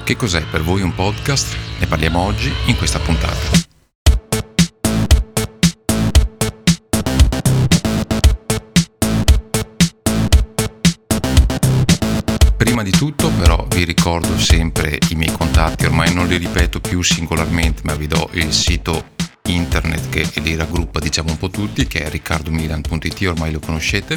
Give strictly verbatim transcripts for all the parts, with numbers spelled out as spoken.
Che cos'è per voi un podcast? Ne parliamo oggi in questa puntata. Prima di tutto però vi ricordo sempre i miei contatti, ormai non li ripeto più singolarmente, ma vi do il sito internet che li raggruppa diciamo un po' tutti, che è riccardomilan punto it, ormai lo conoscete,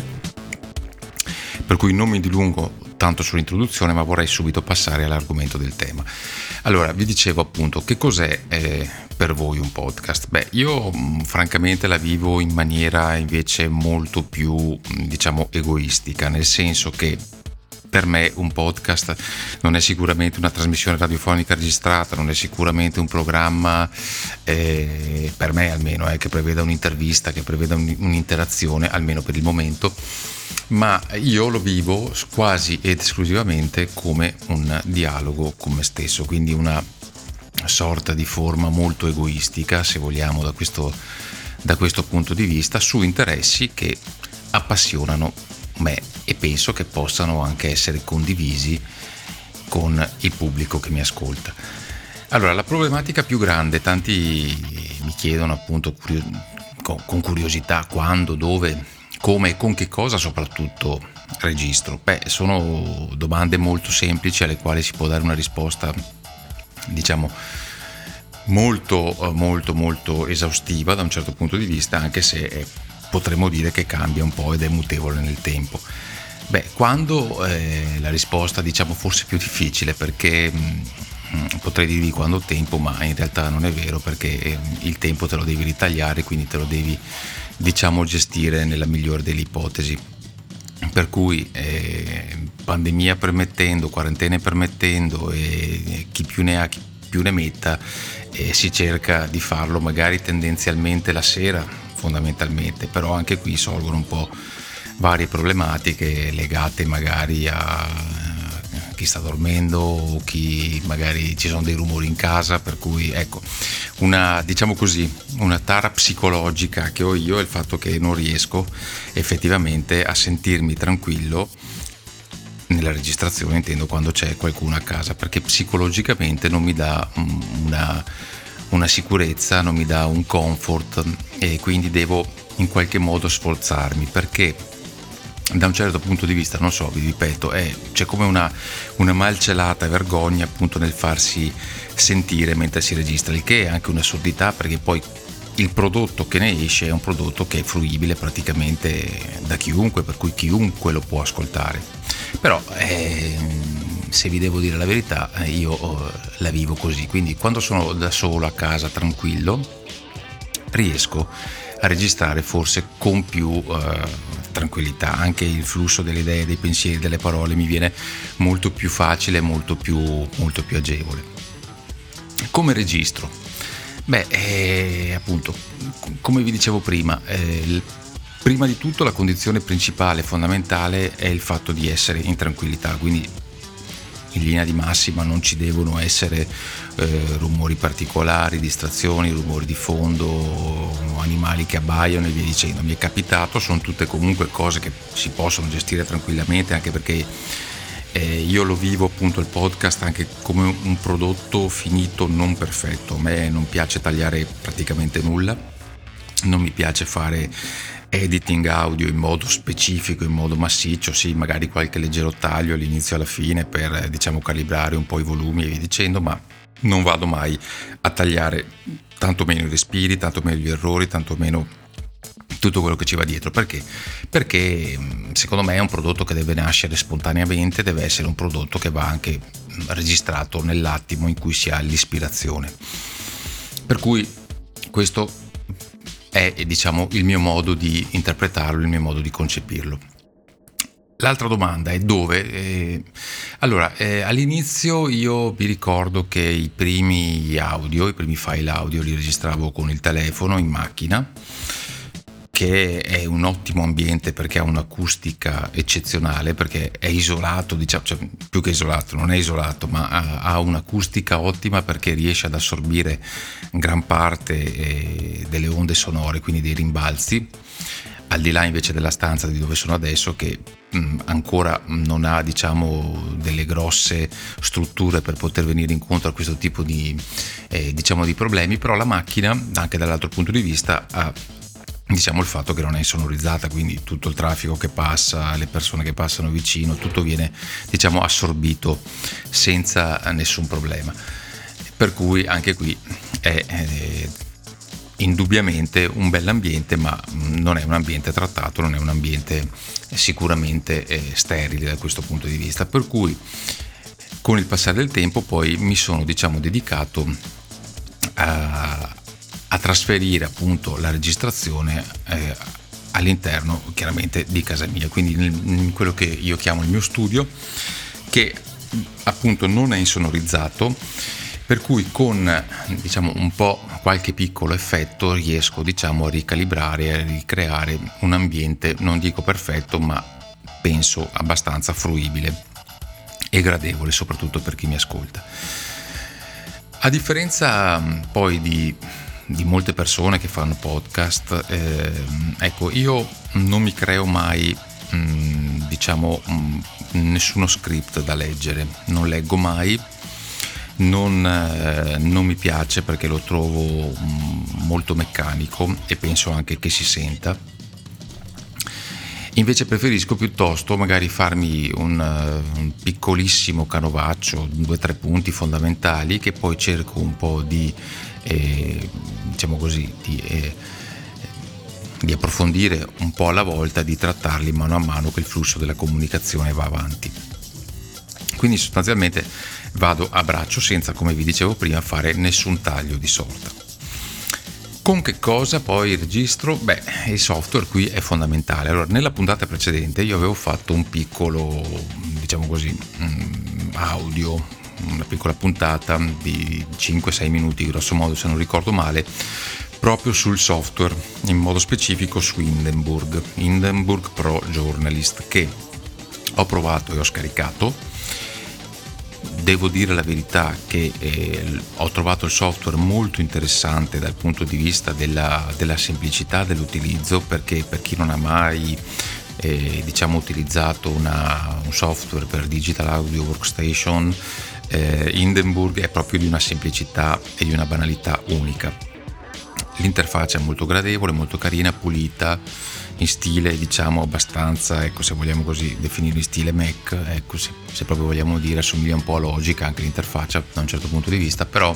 per cui non mi dilungo tanto sull'introduzione, ma vorrei subito passare all'argomento del tema. Allora, vi dicevo appunto, che cos'è eh, per voi un podcast? Beh, io mh, francamente la vivo in maniera invece molto più, mh, diciamo, egoistica, nel senso che per me un podcast non è sicuramente una trasmissione radiofonica registrata, non è sicuramente un programma, eh, per me almeno, eh, che preveda un'intervista, che preveda un, un'interazione, almeno per il momento, ma io lo vivo quasi ed esclusivamente come un dialogo con me stesso, quindi una sorta di forma molto egoistica, se vogliamo, da questo, da questo punto di vista, su interessi che appassionano me e penso che possano anche essere condivisi con il pubblico che mi ascolta. Allora, la problematica più grande, tanti mi chiedono appunto con curiosità quando, dove, come e con che cosa soprattutto registro. Beh, sono domande molto semplici alle quali si può dare una risposta, diciamo, molto molto molto esaustiva da un certo punto di vista, anche se potremmo dire che cambia un po' ed è mutevole nel tempo. Beh, quando eh, la risposta diciamo forse più difficile, perché mh, potrei dirvi quando ho tempo, ma in realtà non è vero, perché eh, il tempo te lo devi ritagliare, quindi te lo devi diciamo gestire nella migliore delle ipotesi, per cui eh, pandemia permettendo, quarantene permettendo, e chi più ne ha chi più ne metta, eh, si cerca di farlo magari tendenzialmente la sera, fondamentalmente, però anche qui sorgono un po' varie problematiche legate magari a chi sta dormendo o chi magari ci sono dei rumori in casa, per cui ecco, una diciamo così una tara psicologica che ho io è il fatto che non riesco effettivamente a sentirmi tranquillo nella registrazione, intendo quando c'è qualcuno a casa, perché psicologicamente non mi dà una una sicurezza, non mi dà un comfort, e quindi devo in qualche modo sforzarmi, perché da un certo punto di vista, non so, vi ripeto, è, c'è come una, una malcelata vergogna appunto nel farsi sentire mentre si registra, il che è anche un'assurdità, perché poi il prodotto che ne esce è un prodotto che è fruibile praticamente da chiunque, per cui chiunque lo può ascoltare. Però eh, se vi devo dire la verità, io la vivo così, quindi quando sono da solo a casa tranquillo riesco a registrare forse con più eh, tranquillità, anche il flusso delle idee, dei pensieri, delle parole mi viene molto più facile, molto più, molto più agevole. Come registro? Beh, eh, appunto, come vi dicevo prima, eh, prima di tutto la condizione principale, fondamentale, è il fatto di essere in tranquillità, quindi in linea di massima non ci devono essere eh, rumori particolari, distrazioni, rumori di fondo, animali che abbaiano e via dicendo. Mi è capitato, sono tutte comunque cose che si possono gestire tranquillamente, anche perché eh, io lo vivo appunto il podcast anche come un prodotto finito, non perfetto. A me non piace tagliare praticamente nulla, non mi piace fare editing audio in modo specifico, in modo massiccio, sì, magari qualche leggero taglio all'inizio e alla fine per diciamo calibrare un po' i volumi e via dicendo, ma non vado mai a tagliare tanto meno i respiri, tanto meno gli errori, tanto meno tutto quello che ci va dietro. Perché? Perché secondo me è un prodotto che deve nascere spontaneamente, deve essere un prodotto che va anche registrato nell'attimo in cui si ha l'ispirazione, per cui questo è diciamo il mio modo di interpretarlo, il mio modo di concepirlo. L'altra domanda è dove? Eh, allora, eh, all'inizio io mi ricordo che i primi audio, i primi file audio li registravo con il telefono in macchina, che è un ottimo ambiente perché ha un'acustica eccezionale, perché è isolato, diciamo, cioè, più che isolato, non è isolato, ma ha, ha un'acustica ottima perché riesce ad assorbire gran parte eh, delle onde sonore, quindi dei rimbalzi. al di là invece della stanza di dove sono adesso, che mh, ancora non ha diciamo delle grosse strutture per poter venire incontro a questo tipo di eh, diciamo di problemi, però la macchina anche dall'altro punto di vista ha diciamo il fatto che non è insonorizzata, quindi tutto il traffico che passa, le persone che passano vicino, tutto viene diciamo assorbito senza nessun problema, per cui anche qui è eh, indubbiamente un bell'ambiente, ma non è un ambiente trattato, non è un ambiente sicuramente eh, sterile da questo punto di vista, per cui con il passare del tempo poi mi sono diciamo dedicato a, a trasferire appunto la registrazione eh, all'interno chiaramente di casa mia, quindi in quello che io chiamo il mio studio, che appunto non è insonorizzato, per cui con diciamo un po' qualche piccolo effetto riesco diciamo a ricalibrare e a ricreare un ambiente, non dico perfetto, ma penso abbastanza fruibile e gradevole soprattutto per chi mi ascolta. A differenza poi di, di molte persone che fanno podcast, eh, ecco, io non mi creo mai mh, diciamo mh, nessuno script da leggere, non leggo mai. Non, eh, non mi piace perché lo trovo mh, molto meccanico e penso anche che si senta. Invece preferisco piuttosto magari farmi un, uh, un piccolissimo canovaccio, due o tre punti fondamentali che poi cerco un po' di eh, diciamo così di, eh, di approfondire un po' alla volta, di trattarli mano a mano che il flusso della comunicazione va avanti. Quindi sostanzialmente vado a braccio senza, come vi dicevo prima, fare nessun taglio di sorta. Con che cosa poi registro? Beh, il software qui è fondamentale. Allora, nella puntata precedente io avevo fatto un piccolo, diciamo così, audio, una piccola puntata di cinque sei minuti, grosso modo se non ricordo male, proprio sul software, in modo specifico su Hindenburg, Hindenburg Pro Journalist, che ho provato e ho scaricato. Devo dire la verità che eh, ho trovato il software molto interessante dal punto di vista della, della semplicità dell'utilizzo, perché per chi non ha mai eh, diciamo utilizzato una, un software per Digital Audio Workstation, eh, Hindenburg è proprio di una semplicità e di una banalità unica. L'interfaccia è molto gradevole, molto carina, pulita, in stile diciamo abbastanza, ecco, se vogliamo così definire in stile Mac, ecco, se, se proprio vogliamo dire, assomiglia un po' a Logic anche l'interfaccia da un certo punto di vista, però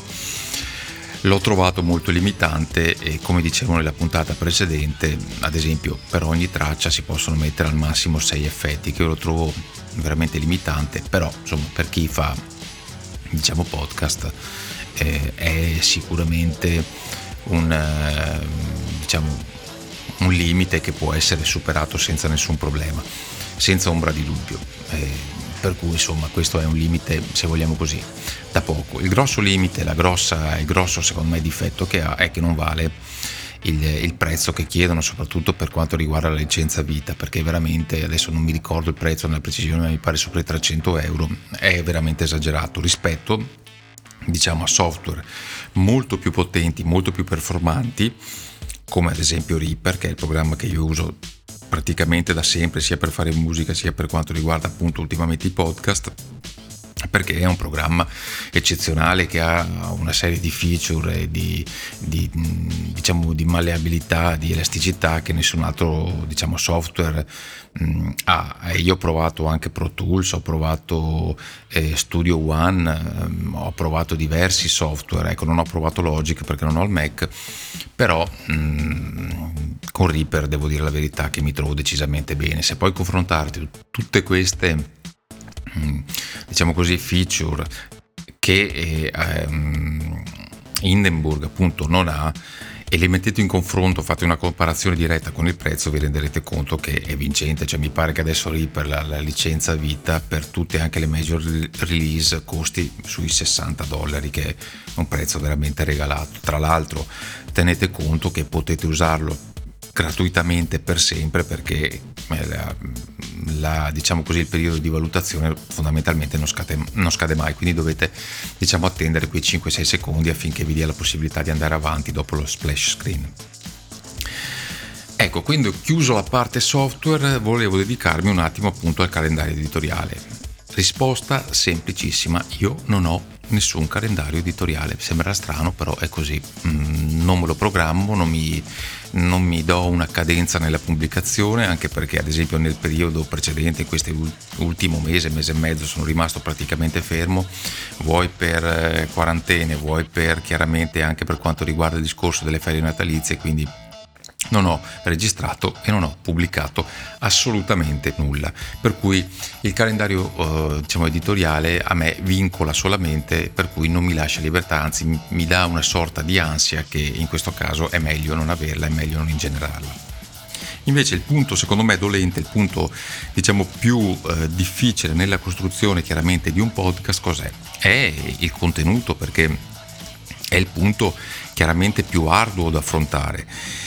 l'ho trovato molto limitante e, come dicevo nella puntata precedente, ad esempio per ogni traccia si possono mettere al massimo sei effetti, che io lo trovo veramente limitante, però insomma per chi fa diciamo podcast eh, è sicuramente un eh, diciamo un limite che può essere superato senza nessun problema, senza ombra di dubbio, eh, per cui insomma questo è un limite, se vogliamo così, da poco. Il grosso limite, la grossa, il grosso secondo me difetto che ha è che non vale il, il prezzo che chiedono, soprattutto per quanto riguarda la licenza vita, perché veramente, adesso non mi ricordo il prezzo nella precisione, ma mi pare sopra i trecento euro, è veramente esagerato rispetto diciamo a software molto più potenti, molto più performanti, come ad esempio Reaper, che è il programma che io uso praticamente da sempre, sia per fare musica sia per quanto riguarda appunto ultimamente i podcast, perché è un programma eccezionale che ha una serie di feature e di, di diciamo di malleabilità, di elasticità che nessun altro diciamo software mh, ha. E io ho provato anche Pro Tools, ho provato eh, Studio One, ehm, ho provato diversi software, ecco, non ho provato Logic perché non ho il Mac, però mh, con Reaper devo dire la verità che mi trovo decisamente bene. Se poi confrontarti tutte queste diciamo così feature che ehm, Hindenburg appunto non ha, e le mettete in confronto, fate una comparazione diretta con il prezzo, vi renderete conto che è vincente. Cioè mi pare che adesso Reaper la, la licenza vita per tutte anche le major release costi sui sessanta dollari, che è un prezzo veramente regalato. Tra l'altro tenete conto che potete usarlo gratuitamente per sempre, perché la, la, diciamo così, il periodo di valutazione fondamentalmente non scade, non scade mai, quindi dovete diciamo attendere quei cinque sei secondi affinché vi dia la possibilità di andare avanti dopo lo splash screen. Ecco, Ecco, quindi chiuso la parte software, volevo dedicarmi un attimo appunto al calendario editoriale. Risposta semplicissima: io non ho nessun calendario editoriale. Sembrerà strano, però è così. Mm, non me lo programmo, non mi, non mi do una cadenza nella pubblicazione, anche perché ad esempio nel periodo precedente, in questo ultimo mese, mese e mezzo, sono rimasto praticamente fermo, vuoi per eh, quarantene, vuoi per chiaramente anche per quanto riguarda il discorso delle ferie natalizie, quindi non ho registrato e non ho pubblicato assolutamente nulla, per cui il calendario eh, diciamo editoriale a me vincola solamente, per cui non mi lascia libertà, anzi mi, mi dà una sorta di ansia che in questo caso è meglio non averla, è meglio non ingenerarla. Invece il punto secondo me dolente, il punto diciamo più eh, difficile nella costruzione chiaramente di un podcast cos'è? È il contenuto, perché è il punto chiaramente più arduo da affrontare.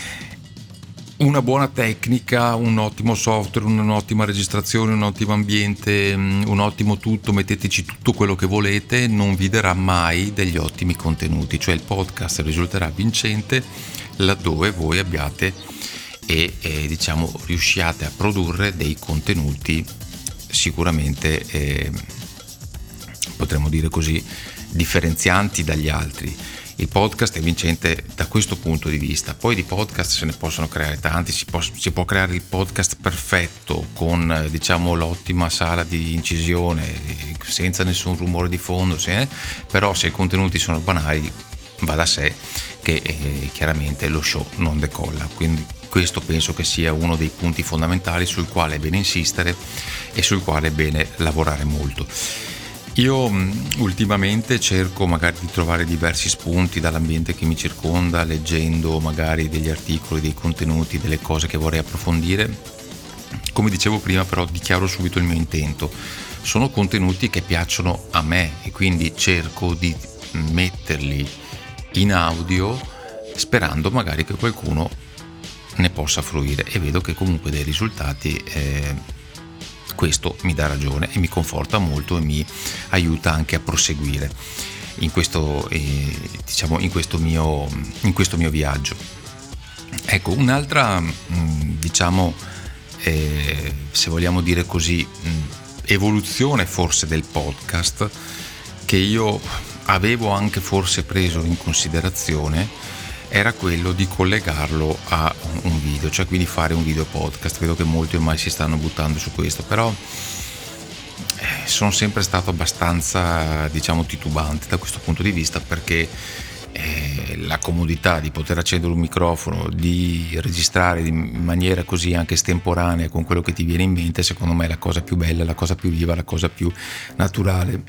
Una buona tecnica, un ottimo software, un'ottima registrazione, un ottimo ambiente, un ottimo tutto, metteteci tutto quello che volete, non vi darà mai degli ottimi contenuti. Cioè il podcast risulterà vincente laddove voi abbiate e, e diciamo riusciate a produrre dei contenuti sicuramente eh, potremmo dire così differenzianti dagli altri. Il podcast è vincente da questo punto di vista. Poi di podcast se ne possono creare tanti, si può, si può creare il podcast perfetto con diciamo l'ottima sala di incisione senza nessun rumore di fondo, se, però se i contenuti sono banali va da sé che eh, chiaramente lo show non decolla. Quindi questo penso che sia uno dei punti fondamentali sul quale è bene insistere e sul quale è bene lavorare molto. Io ultimamente cerco magari di trovare diversi spunti dall'ambiente che mi circonda, leggendo magari degli articoli, dei contenuti, delle cose che vorrei approfondire. Come dicevo prima, però dichiaro subito il mio intento: sono contenuti che piacciono a me e quindi cerco di metterli in audio sperando magari che qualcuno ne possa fruire, e vedo che comunque dei risultati eh, questo mi dà ragione e mi conforta molto e mi aiuta anche a proseguire in questo eh, diciamo in questo mio in questo mio viaggio. Ecco, un'altra diciamo eh, se vogliamo dire così evoluzione forse del podcast che io avevo anche forse preso in considerazione era quello di collegarlo a un video, cioè quindi fare un video podcast. Vedo che molti ormai si stanno buttando su questo, però eh, sono sempre stato abbastanza diciamo titubante da questo punto di vista, perché eh, la comodità di poter accendere un microfono, di registrare in maniera così anche estemporanea con quello che ti viene in mente, secondo me è la cosa più bella, la cosa più viva, la cosa più naturale.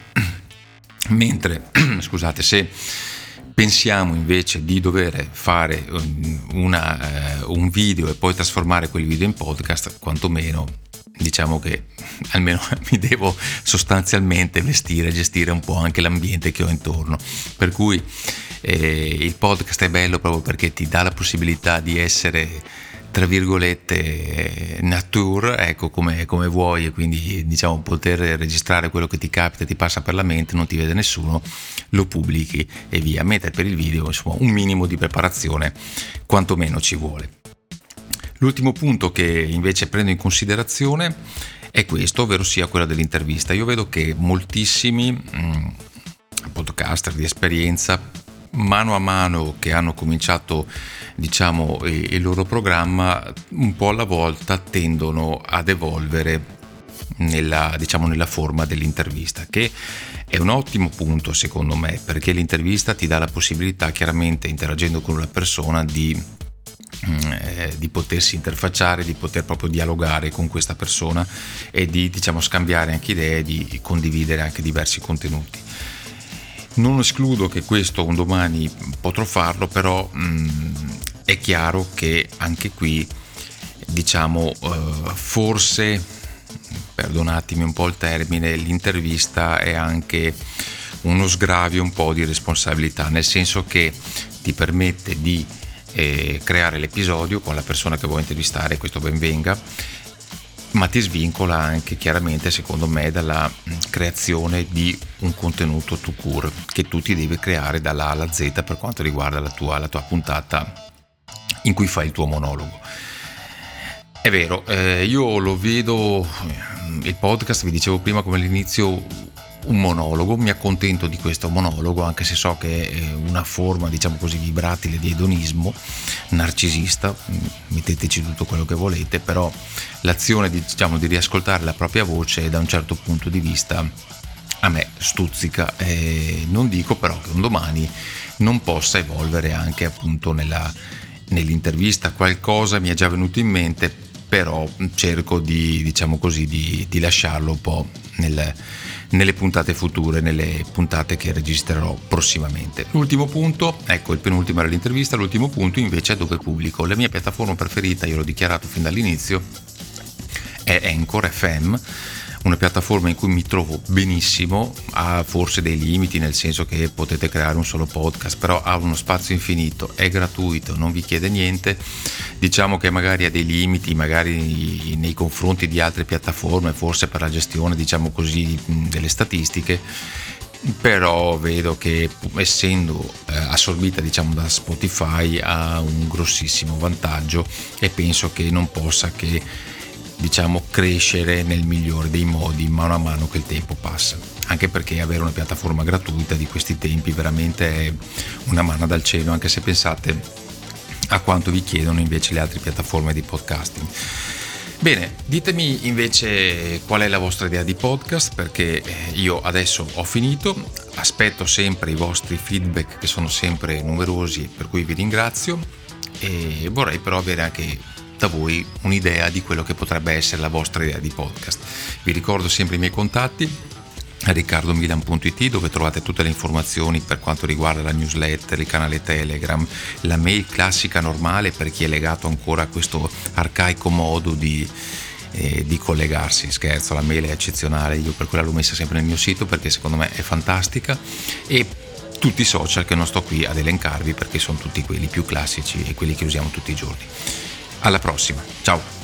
Mentre scusate, se pensiamo invece di dover fare una, uh, un video e poi trasformare quel video in podcast, quantomeno diciamo che almeno mi devo sostanzialmente vestire, gestire un po' anche l'ambiente che ho intorno, per cui eh, il podcast è bello proprio perché ti dà la possibilità di essere tra virgolette nature, ecco, come, come vuoi, e quindi diciamo poter registrare quello che ti capita, ti passa per la mente, non ti vede nessuno, lo pubblichi e via. Mentre per il video insomma un minimo di preparazione quantomeno ci vuole. L'ultimo punto che invece prendo in considerazione è questo, ovvero sia quello dell'intervista. Io vedo che moltissimi mh, podcaster di esperienza, mano a mano che hanno cominciato diciamo il loro programma, un po' alla volta tendono ad evolvere nella diciamo nella forma dell'intervista, che è un ottimo punto secondo me, perché l'intervista ti dà la possibilità, chiaramente interagendo con una persona, di Eh, di potersi interfacciare, di poter proprio dialogare con questa persona e di diciamo scambiare anche idee, di condividere anche diversi contenuti. Non escludo che questo un domani potrò farlo, però mh, è chiaro che anche qui diciamo eh, forse, perdonatemi un po' il termine, l'intervista è anche uno sgravio un po' di responsabilità, nel senso che ti permette di e creare l'episodio con la persona che vuoi intervistare, questo ben venga, ma ti svincola anche chiaramente secondo me dalla creazione di un contenuto tout court che tu ti devi creare dalla A alla Z per quanto riguarda la tua, la tua puntata in cui fai il tuo monologo. È vero, eh, io lo vedo, il podcast, vi dicevo prima, come all'inizio, un monologo. Mi accontento di questo monologo, anche se so che è una forma, diciamo così, vibratile di edonismo narcisista, metteteci tutto quello che volete, però l'azione di, diciamo, di riascoltare la propria voce da un certo punto di vista a me stuzzica, e non dico però che un domani non possa evolvere anche appunto nella, nell'intervista. Qualcosa mi è già venuto in mente, però cerco di, diciamo così, di, di lasciarlo un po' nel, nelle puntate future, nelle puntate che registrerò prossimamente. L'ultimo punto, ecco, il penultimo era l'intervista, l'ultimo punto invece è dove pubblico. La mia piattaforma preferita, io l'ho dichiarato fin dall'inizio, è Anchor F M, una piattaforma in cui mi trovo benissimo. Ha forse dei limiti, nel senso che potete creare un solo podcast, però ha uno spazio infinito, è gratuito, non vi chiede niente. Diciamo che magari ha dei limiti, magari nei confronti di altre piattaforme, forse per la gestione, diciamo così, delle statistiche, però vedo che, essendo eh, assorbita, diciamo, da Spotify, ha un grossissimo vantaggio e penso che non possa che, diciamo, crescere nel migliore dei modi mano a mano che il tempo passa, anche perché avere una piattaforma gratuita di questi tempi veramente è una manna dal cielo, anche se pensate a quanto vi chiedono invece le altre piattaforme di podcasting. Bene, ditemi invece qual è la vostra idea di podcast, perché io adesso ho finito, aspetto sempre i vostri feedback, che sono sempre numerosi, per cui vi ringrazio, e vorrei però avere anche da voi un'idea di quello che potrebbe essere la vostra idea di podcast. Vi ricordo sempre i miei contatti a riccardo milan punto it, dove trovate tutte le informazioni per quanto riguarda la newsletter, il canale Telegram, la mail classica normale per chi è legato ancora a questo arcaico modo di, eh, di collegarsi. Scherzo, la mail è eccezionale, io per quella l'ho messa sempre nel mio sito perché secondo me è fantastica, e tutti i social che non sto qui ad elencarvi perché sono tutti quelli più classici e quelli che usiamo tutti i giorni. Alla prossima, ciao!